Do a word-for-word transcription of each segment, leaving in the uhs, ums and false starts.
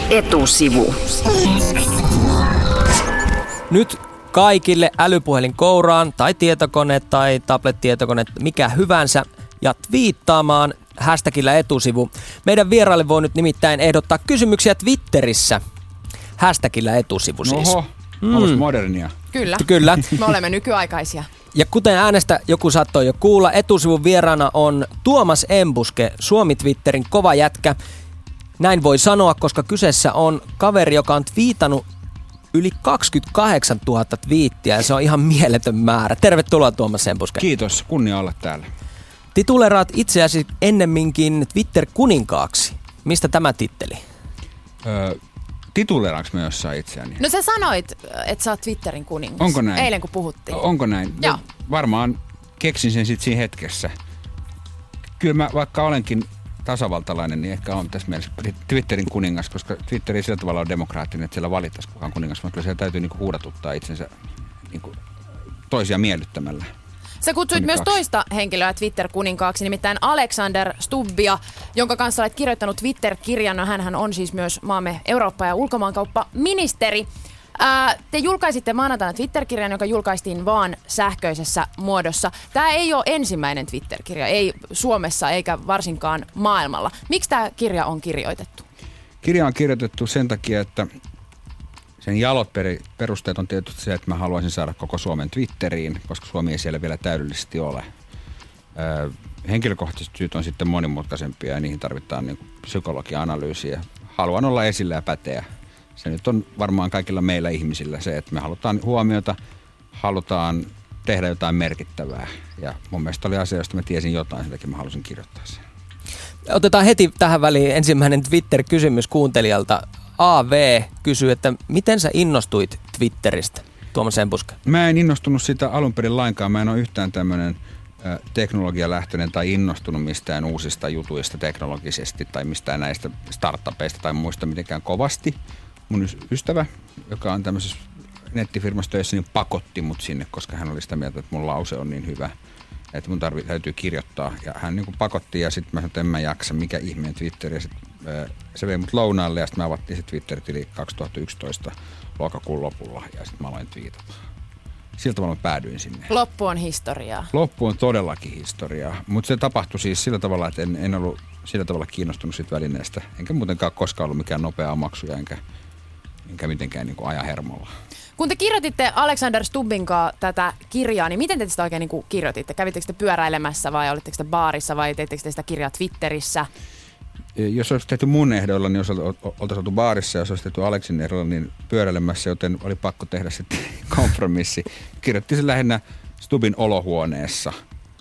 etusivu. Nyt kaikille älypuhelin kouraan tai tietokone tai tablet-tietokone, mikä hyvänsä, ja twiittaamaan hashtagillä etusivu. Meidän vieraille voi nyt nimittäin ehdottaa kysymyksiä Twitterissä. Hashtagillä etusivu siis. Oho, mm. modernia. Kyllä. Kyllä. Me olemme nykyaikaisia. Ja kuten äänestä joku saattoi jo kuulla, etusivun vieraana on Tuomas Embuske, Suomi-Twitterin kova jätkä. Näin voi sanoa, koska kyseessä on kaveri, joka on twiitannut yli kaksikymmentäkahdeksantuhatta twiittiä, ja se on ihan mieletön määrä. Tervetuloa Tuomas Embuske. Kiitos, kunnia olla täällä. Tituleraat itseäsi ennemminkin Twitter-kuninkaaksi. Mistä tämä titteli? Öö, tituleraanko mä jossain itseäni? No sä sanoit, että sä oot Twitterin kuningas. Onko näin? Eilen kun puhuttiin. Onko näin? Joo. Varmaan keksin sen sitten siinä hetkessä. Kyllä mä vaikka olenkin tasavaltalainen, niin ehkä on tässä mielessä Twitterin kuningas, koska Twitter ei sillä tavalla ole demokraattinen, että siellä valittaisi kukaan kuningas, mutta kyllä siellä täytyy niinku huudatuttaa itsensä niinku toisia miellyttämällä. Sä kutsuit myös toista henkilöä Twitter-kuninkaaksi, nimittäin Alexander Stubbia, jonka kanssa olet kirjoittanut Twitter-kirjan. No, hänhän on siis myös maamme Eurooppa- ja ulkomaankauppaministeri. Ää, te julkaisitte maanantaina Twitter-kirjan, joka julkaistiin vaan sähköisessä muodossa. Tämä ei ole ensimmäinen Twitter-kirja, ei Suomessa eikä varsinkaan maailmalla. Miksi tämä kirja on kirjoitettu? Kirja on kirjoitettu sen takia, että sen jalot perusteet on tietysti se, että mä haluaisin saada koko Suomen Twitteriin, koska Suomi ei siellä vielä täydellisesti ole. Öö, henkilökohtaiset syyt on sitten monimutkaisempia ja niihin tarvitaan niin kuin psykologia-analyysiä. Haluan olla esillä ja päteä. Se nyt on varmaan kaikilla meillä ihmisillä se, että me halutaan huomiota, halutaan tehdä jotain merkittävää. Ja mun mielestä oli asia, josta mä tiesin jotain, sen takia mä halusin kirjoittaa sen. Otetaan heti tähän väliin ensimmäinen Twitter-kysymys kuuntelijalta. A V kysyy, että miten sä innostuit Twitteristä, Tuomas Embuske? Mä en innostunut sitä alun perin lainkaan. Mä en ole yhtään tämmöinen äh, teknologialähtöinen tai innostunut mistään uusista jutuista teknologisesti tai mistään näistä startupeista tai muista mitenkään kovasti. Mun ystävä, joka on tämmöisessä nettifirmassa töissä, niin pakotti mut sinne, koska hän oli sitä mieltä, että mun lause on niin hyvä, että mun tarvii, täytyy kirjoittaa. Ja hän niin kuin pakotti ja sitten mä sanoin, että en mä jaksa, mikä ihmeen Twitter. Ja sit, äh, se vei mut lounaalle ja sitten me avattiin se Twitter-tili kaksituhattayksitoista lokakuun lopulla ja sitten mä aloin twiitata. Sillä tavalla mä päädyin sinne. Loppu on historiaa. Loppu on todellakin historiaa, mutta se tapahtui siis sillä tavalla, että en, en ollut sillä tavalla kiinnostunut siitä välineestä. Enkä muutenkaan koskaan ollut mikään nopea maksuja, enkä, enkä mitenkään niin kuin ajan hermolla. Kun te kirjoititte Alexander Stubbin kanssa tätä kirjaa, niin miten te sitä oikein niin kuin kirjoititte? Kävittekö te pyöräilemässä vai olitteko te baarissa vai teittekö te sitä kirjaa Twitterissä? Jos olisi tehty mun ehdoilla, niin oltaisiin oltu baarissa, ja jos olisi tehty Aleksin ehdoilla, niin pyöräilemässä, joten oli pakko tehdä sitten kompromissi. Kirjoitti sen lähinnä Stubbin olohuoneessa.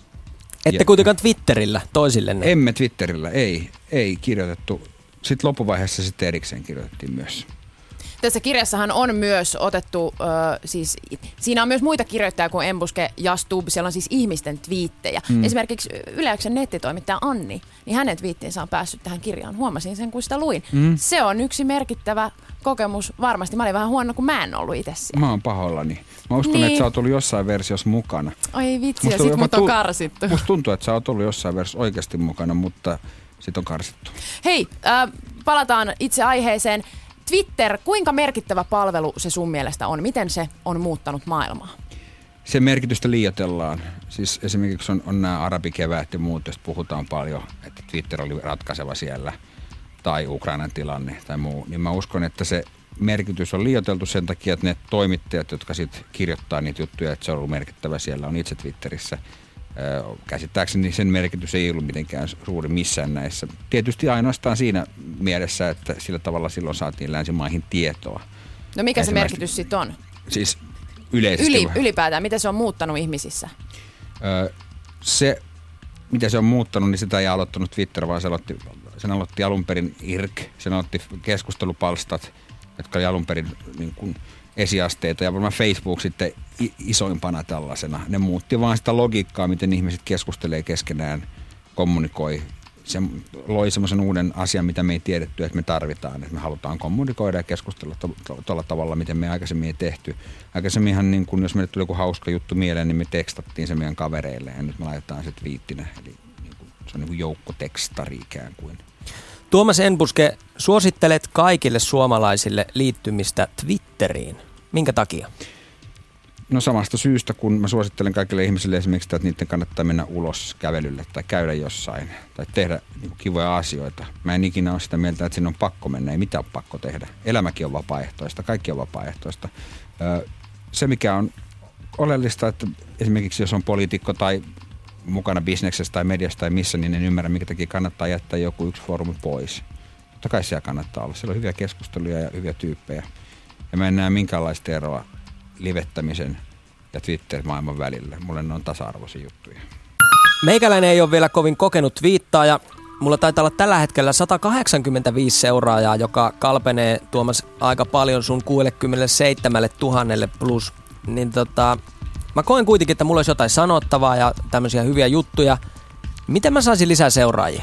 Ette kuitenkaan Twitterillä toisillenne? Emme Twitterillä, ei, ei kirjoitettu. Sitten loppuvaiheessa sitten erikseen kirjoitettiin myös. Tässä kirjassahan on myös otettu, äh, siis siinä on myös muita kirjoittajia kuin Embuske ja Stubb, siellä on siis ihmisten twiittejä. Mm. Esimerkiksi Yle X:n nettitoimittaja Anni, niin hänen twiittinsä on päässyt tähän kirjaan. Huomasin sen, kun sitä luin. Mm. Se on yksi merkittävä kokemus varmasti. Mä olin vähän huono, kun mä en ollut itse siellä. Mä oon pahoillani. Mä uskon, niin. että sä oot ollut jossain versiossa mukana. Oi vitsi, musta ja sit mut on karsittu. Musta tuntuu, että sä oot ollut jossain versiossa oikeasti mukana, mutta sit on karsittu. Hei, äh, palataan itse aiheeseen. Twitter, kuinka merkittävä palvelu se sun mielestä on? Miten se on muuttanut maailmaa? Sen merkitystä liioitellaan. Siis esimerkiksi on, on nämä arabikeväät ja muut, joista puhutaan paljon, että Twitter oli ratkaiseva siellä, tai Ukrainan tilanne tai muu. Niin mä uskon, että se merkitys on liioiteltu sen takia, että ne toimittajat, jotka sitten kirjoittaa niitä juttuja, että se on ollut merkittävä siellä, on itse Twitterissä. Käsittääkseni sen merkitys ei ollut mitenkään suuri missään näissä. Tietysti ainoastaan siinä mielessä, että sillä tavalla silloin saatiin länsimaihin tietoa. No mikä se merkitys sitten on? Siis yleisesti. Yli, ylipäätään, miten se on muuttanut ihmisissä? Öö, se, mitä se on muuttanut, niin sitä ei aloittanut Twitter, vaan se aloitti, sen aloitti alun perin I R C, sen aloitti keskustelupalstat, jotka oli alun perin niin kuin esiasteita ja varmaan Facebook sitten isoimpana tällaisena. Ne muutti vaan sitä logiikkaa, miten ihmiset keskustelee keskenään, kommunikoi. Se loi semmoisen uuden asian, mitä me ei tiedetty, että me tarvitaan. Että me halutaan kommunikoida ja keskustella tuolla tavalla, miten me aikaisemmin ei tehty. Aikaisemminhan, niin kun, jos meille tuli joku hauska juttu mieleen, niin me tekstattiin se meidän kavereille. Ja nyt me laitetaan se twiittinä. Eli niin kun, se on niin kuin joukkotekstari ikään kuin. Tuomas Enbuske, suosittelet kaikille suomalaisille liittymistä Twitteriin. Minkä takia? No samasta syystä, kun mä suosittelen kaikille ihmisille esimerkiksi, että niiden kannattaa mennä ulos kävelylle tai käydä jossain tai tehdä niin kivoja asioita. Mä en ikinä ole sitä mieltä, että sinne on pakko mennä, ei mitään ole pakko tehdä. Elämäkin on vapaaehtoista, kaikki on vapaaehtoista. Se, mikä on oleellista, että esimerkiksi jos on poliitikko tai mukana bisneksessä tai mediassa tai missä, niin en ymmärrä, minkä takia kannattaa jättää joku yksi foorumi pois. Totta kai siellä kannattaa olla. Siellä on hyviä keskusteluja ja hyviä tyyppejä. Ja mä en näe minkäänlaista eroa livettämisen ja Twitter-maailman välillä. Mulle ne on tasa-arvoisia juttuja. Meikäläinen ei ole vielä kovin kokenut viittaaja. Mulla taitaa olla tällä hetkellä sata kahdeksankymmentäviisi seuraajaa, joka kalpenee Tuomas aika paljon sun kuusikymmentäseitsemän tuhatta plus. Niin tota, mä koen kuitenkin, että mulla olisi jotain sanottavaa ja tämmöisiä hyviä juttuja. Miten mä saisin lisää seuraajia?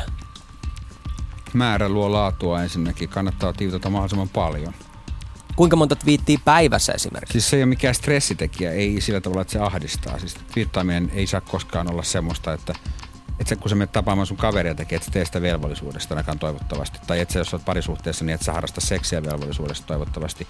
Määrä luo laatua ensinnäkin. Kannattaa tiivitata mahdollisimman paljon. Kuinka monta twiittiä päivässä esimerkiksi? Siis se ei ole mikään stressitekijä, ei sillä tavalla, että se ahdistaa. Siis twiittaaminen ei saa koskaan olla semmoista, että, että kun sä menet tapaamaan sun kaveria tekee, että sä tee sitä velvollisuudesta ainakaan toivottavasti. Tai että sä, jos olet parisuhteessa, niin että sä harrasta seksiä velvollisuudesta toivottavasti.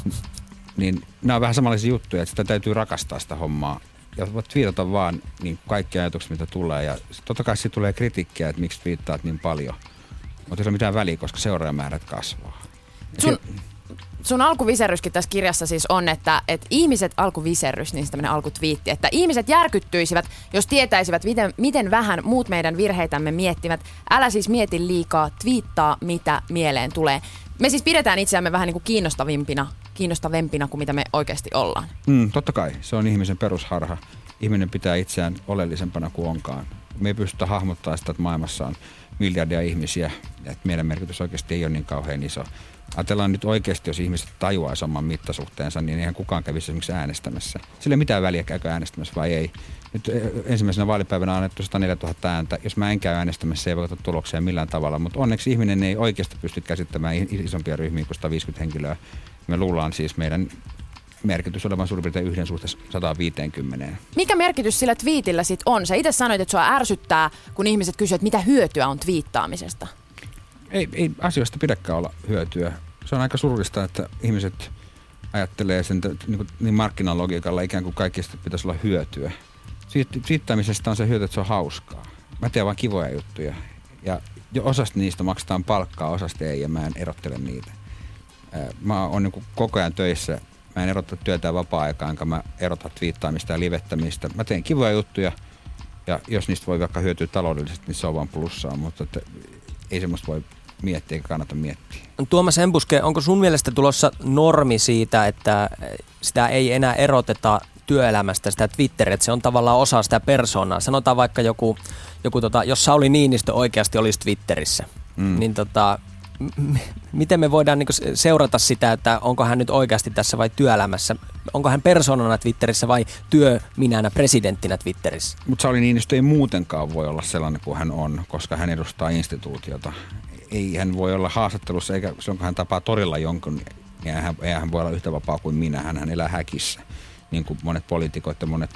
Niin nämä on vähän samanlaisia juttuja, että sitä täytyy rakastaa sitä hommaa. Ja voit twiitata vaan niin kaikki ajatukset, mitä tulee. Ja totta kai siitä tulee kritiikkiä, että miksi twiittaat niin paljon. Mutta ei ole mitään väliä, koska seuraajamäärät kasvaa. Sun, sun alkuviseryskin tässä kirjassa siis on, että, että ihmiset, alkuviserys, niin tämmöinen alkutwiitti, että ihmiset järkyttyisivät, jos tietäisivät, miten, miten vähän muut meidän virheitämme miettivät. Älä siis mieti liikaa, twiittaa mitä mieleen tulee. Me siis pidetään itseämme vähän niin kuin kiinnostavimpina, kiinnostavempina kuin mitä me oikeasti ollaan. Mm, totta kai. Se on ihmisen perusharha. Ihminen pitää itseään oleellisempana kuin onkaan. Me ei pystytä hahmottamaan sitä, että maailmassa on miljardia ihmisiä ja että meidän merkitys oikeasti ei ole niin kauhean iso. Ajatellaan nyt oikeasti, jos ihmiset tajuaisi oman mittasuhteensa, niin eihän kukaan kävisi esimerkiksi äänestämässä. Sillä ei mitään väliä, käykö äänestämässä vai ei. Nyt ensimmäisenä vaalipäivänä on annettu sata neljätuhatta ääntä. Jos mä en käy äänestämässä, se ei vaikuttaa tuloksia millään tavalla. Mutta onneksi ihminen ei oikeasti pysty käsittämään isompia ryhmiä kuin sata viisikymmentä henkilöä. Me luullaan siis meidän merkitys olevan suurin piirtein yhden suhteessa sata viisikymmentä. Mikä merkitys sillä twiitillä sit on? Sä itse sanoit, että sua ärsyttää, kun ihmiset kysyvät, että mitä hyötyä on twiittaamisesta. Ei, ei asioista pidäkään olla hyötyä. Se on aika surullista, että ihmiset ajattelee sen niin, niin markkinalogiikalla ikään kuin kaikista pitäisi olla hyötyä. Twiittaamisesta on se hyöty, että se on hauskaa. Mä teen vaan kivoja juttuja. Ja jo osasta niistä maksetaan palkkaa, osasta ei, ja mä en erottele niitä. Mä oon niin koko ajan töissä. Mä en erota työtä ja vapaa-aikaa, enkä mä erota twiittaamista ja livettämistä. Mä teen kivoja juttuja, ja jos niistä voi vaikka hyötyä taloudellisesti, niin se on vaan plussaa, mutta että ei semmoista voi miettiä eikä kannata miettiä. Tuomas Enbuske, onko sun mielestä tulossa normi siitä, että sitä ei enää eroteta työelämästä, sitä Twitteriä, että se on tavallaan osa sitä persoonaa? Sanotaan vaikka joku, joku tota, jos Sauli Niinistö oikeasti olisi Twitterissä, mm. niin tota, m- miten me voidaan niinku seurata sitä, että onko hän nyt oikeasti tässä vai työelämässä? Onko hän persoonana Twitterissä vai työminänä presidenttinä Twitterissä? Mutta Sauli Niinistö ei muutenkaan voi olla sellainen kuin hän on, koska hän edustaa instituutiota. Ei hän voi olla haastattelussa, eikä silloin kun hän tapaa torilla jonkun, niin hän, ei hän voi olla yhtä vapaa kuin minä. Hän, hän elää häkissä, niin kuin monet poliitikot ja monet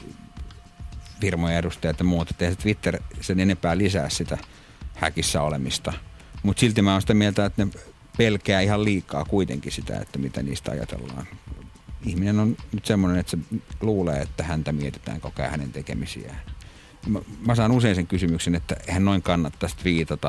firmojen edustajat ja muut. Että ei Twitter sen enempää lisää sitä häkissä olemista. Mutta silti mä oon sitä mieltä, että ne pelkää ihan liikaa kuitenkin sitä, että mitä niistä ajatellaan. Ihminen on nyt semmoinen, että se luulee, että häntä mietitään koko ajan hänen tekemisiään. Mä, mä saan usein sen kysymyksen, että eihän noin kannattaisi twiitata.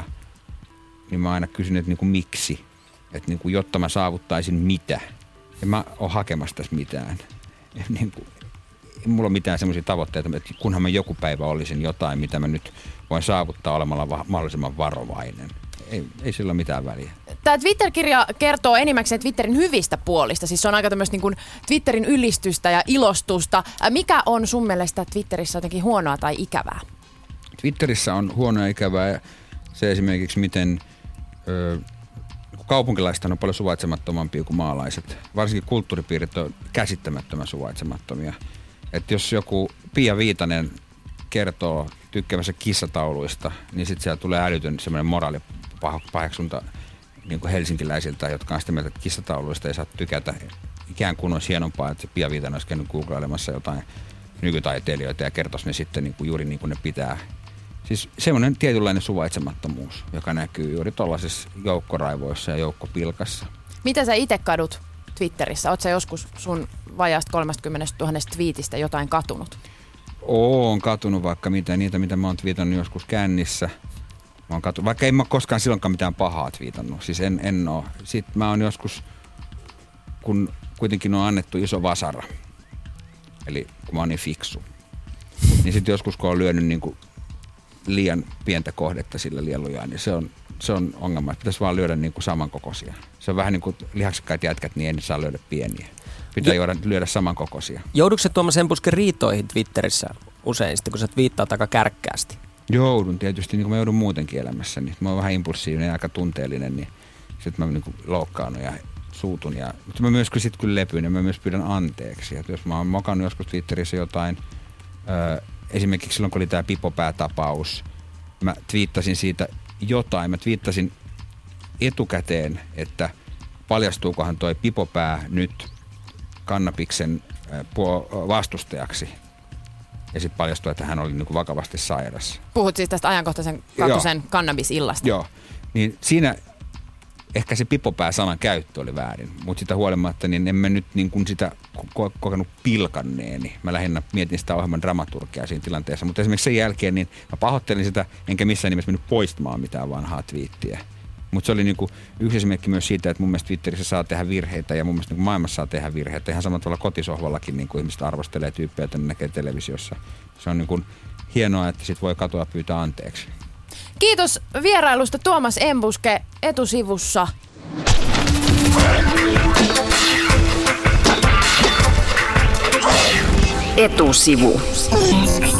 Niin mä aina kysyn, että niin kuin miksi, että niin kuin jotta mä saavuttaisin mitä. Ja mä oon hakemassa tässä mitään. Niin kuin, ei mulla ole mitään semmoisia tavoitteita, että kunhan mä joku päivä olisin jotain, mitä mä nyt voin saavuttaa olemalla va- mahdollisimman varovainen. Ei, ei sillä ole mitään väliä. Tämä Twitter-kirja kertoo enimmäkseen Twitterin hyvistä puolista. Siis se on aika tämmöistä niin kuin Twitterin ylistystä ja ilostusta. Mikä on sun mielestä Twitterissä jotenkin huonoa tai ikävää? Twitterissä on huonoa ja ikävää se esimerkiksi, miten ö, kaupunkilaiset on paljon suvaitsemattomampia kuin maalaiset. Varsinkin kulttuuripiirit on käsittämättömän suvaitsemattomia. Että jos joku Pia Viitanen kertoo tykkäävänsä kissatauluista, niin sitten siellä tulee älytön semmoinen moraalipaheksunta niin kuin helsinkiläisiltä, jotka on sitä mieltä, että kissatauluista ei saa tykätä. Ikään kuin olisi hienompaa, että se Pia Viitanen olisi käynyt googlailemassa jotain nykytaiteilijoita ja kertoisi ne sitten niin kuin juuri niin kuin ne pitää. Siis semmoinen tietynlainen suvaitsemattomuus, joka näkyy juuri tuollaisissa joukkoraivoissa ja joukkopilkassa. Mitä sä itse kadut Twitterissä? Oot sä joskus sun vajaasta kolmekymmentätuhatta twiitistä jotain katunut? Oon katunut vaikka mitä, niitä mitä mä oon twiitannut joskus kännissä. Mä oon katunut, vaikka en mä koskaan silloinkaan mitään pahaa twiitannut. Siis en, en oo. Sitten mä oon joskus, kun kuitenkin on annettu iso vasara, eli kun mä oon niin fiksu, niin sitten joskus kun on lyönyt niin kuin liian pientä kohdetta sillä lielujaan, niin se on, se on ongelma. Pitäisi vaan lyödä niin kuin samankokoisia. Se on vähän niin kuin lihaksikkaat jätkät, niin en saa lyödä pieniä. Pitää jo, lyödä samankokoisia. Joudutko sä Tuomas Embusken riitoihin Twitterissä usein, sitten, kun sä twiittaat aika kärkkäästi? Joudun tietysti, niin kuin mä joudun muutenkin elämässä. Niin mä oon vähän impulsiivinen ja aika tunteellinen, niin sitten mä niin kuin loukkaannut ja suutun. Ja, mutta mä myös sit kyllä lepyin ja mä myös pyydän anteeksi. Et jos mä oon mokannut joskus Twitterissä jotain, ö, esimerkiksi silloin kun oli tää Pipopää-tapaus, mä twiittasin siitä jotain. Mä twiittasin etukäteen, että paljastuukohan toi Pipopää nyt kannabiksen vastustajaksi. Ja sitten paljastui, että hän oli niinku vakavasti sairas. Puhut siis tästä ajankohtaisen katusen kannabisillasta. Joo. Niin siinä ehkä se Pipopää-sanan käyttö oli väärin. Mutta sitä huolimatta, niin en mä nyt niin kuin sitä ko- kokenut pilkanneeni. Mä lähinnä mietin sitä ohjelman dramaturgiaa siinä tilanteessa. Mutta esimerkiksi sen jälkeen niin mä pahoittelin sitä, enkä missään nimessä mennyt poistamaan mitään vanhaa twiittiä. Mutta se oli niinku yksi esimerkki myös siitä, että mun mielestä Twitterissä saa tehdä virheitä ja mun mielestä niinku maailmassa saa tehdä virheitä. Ihan samalla tavalla kotisohvallakin niinku ihmiset arvostelee tyyppejä, joita ne näkee televisiossa. Se on niinku hienoa, että sit voi katua pyytää anteeksi. Kiitos vierailusta Tuomas Embuske Etusivussa. Etusivu.